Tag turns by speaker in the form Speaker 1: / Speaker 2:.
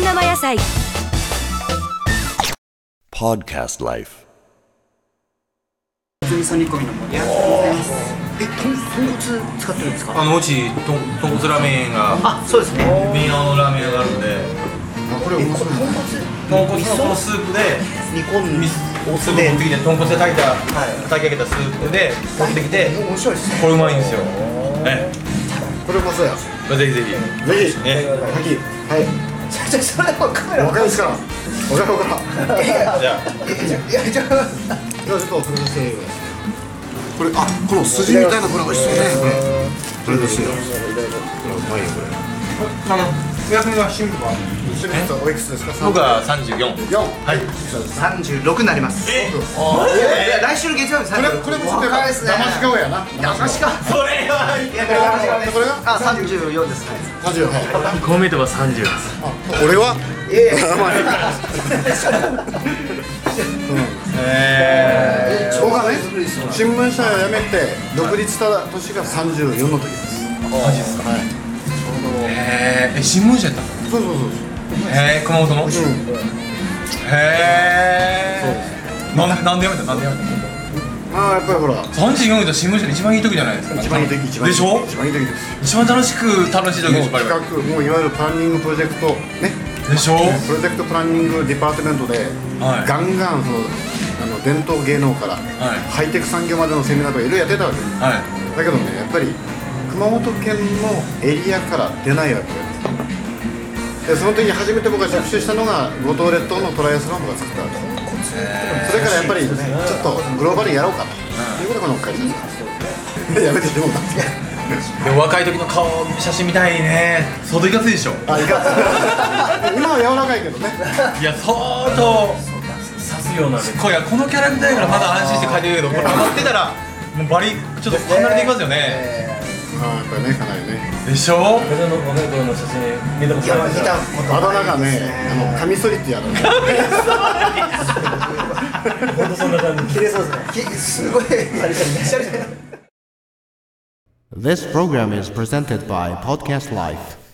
Speaker 1: 生野菜。
Speaker 2: Podcast Life。
Speaker 3: 味噌煮込みの盛り合わせでございます。豚骨使ってるんですか？
Speaker 4: うち豚骨ラーメンが
Speaker 3: あ、そうですね。
Speaker 4: 民謡のラーメン屋があるんで、
Speaker 3: これ豚骨
Speaker 4: 豚骨のこのスープで
Speaker 3: 煮込んで
Speaker 4: お酢で持ってきて、豚骨で炊き上げたスープで持ってきて、
Speaker 3: 面白いですね。
Speaker 4: これうまいんですよ。
Speaker 5: これもそうや。
Speaker 4: ぜひぜひ。
Speaker 5: ぜひ。はい。
Speaker 3: じゃあそれはカメラ
Speaker 5: 若いですから。若いから。
Speaker 4: じゃあ
Speaker 3: いやじゃあ
Speaker 5: じゃあちょっとそれですね。これこの筋みたいなこれ美味しそうね。これですよ。うまいよこれ。
Speaker 4: 予約がシンプルは
Speaker 5: おいくつですか？
Speaker 4: 僕は34。はい。
Speaker 3: 36になります。いや来週の月曜日36。
Speaker 5: これもちょっと
Speaker 3: 若いですね。
Speaker 5: 騙し顔やな。
Speaker 3: 騙しか。
Speaker 4: それは
Speaker 5: これが
Speaker 3: あ、34ですね。
Speaker 5: 30。
Speaker 6: こう見ても30です。
Speaker 5: 俺は？僕がね、新聞社を辞めて独立した年が34の時です。
Speaker 4: マジですか。
Speaker 5: はい。
Speaker 4: 新聞社やったの？
Speaker 5: そう。
Speaker 4: 熊本の？なんで辞めた？
Speaker 5: やっぱりほら。
Speaker 4: 34で新聞社で一番いい時じゃないですか。
Speaker 5: 一番いい時でしょ？一番いい時です。
Speaker 4: 一番楽しい時でしょ。
Speaker 5: 企画、もういわゆるプランニングプロジェクトね。
Speaker 4: でしょ？
Speaker 5: プロジェクトプランニングデパートメントで、ガンガンその伝統芸能からハイテク産業までのセミナーとかいろいろやってたわけです。だけどね、やっぱり熊本県のエリアから出ないわけです。でその時に初めて僕が着手したのが五島列島のトライアスロン部が作ったわけです。それからやっぱりちょっとグローバルにやろうかということがこの会社です。やめてしまったんですけど。
Speaker 4: でも若い時の顔写真みたいにね、相当いかついでしょ。
Speaker 5: 今は柔らかいけどね。
Speaker 4: いや相当
Speaker 6: 刺すような。
Speaker 4: このキャラクターやからまだ安心して描いてるけど、これハマってたらもうバリちょっと離れていきますよね。
Speaker 5: やっぱりね、かなりね。
Speaker 4: でしょ？
Speaker 6: これの若い頃の写真見たことないですか？
Speaker 5: あだ名がね、カミソリってやるね。
Speaker 6: 本当そんな感じ。
Speaker 3: 綺麗そうですね。すごい。
Speaker 2: This program is presented by Podcast Life.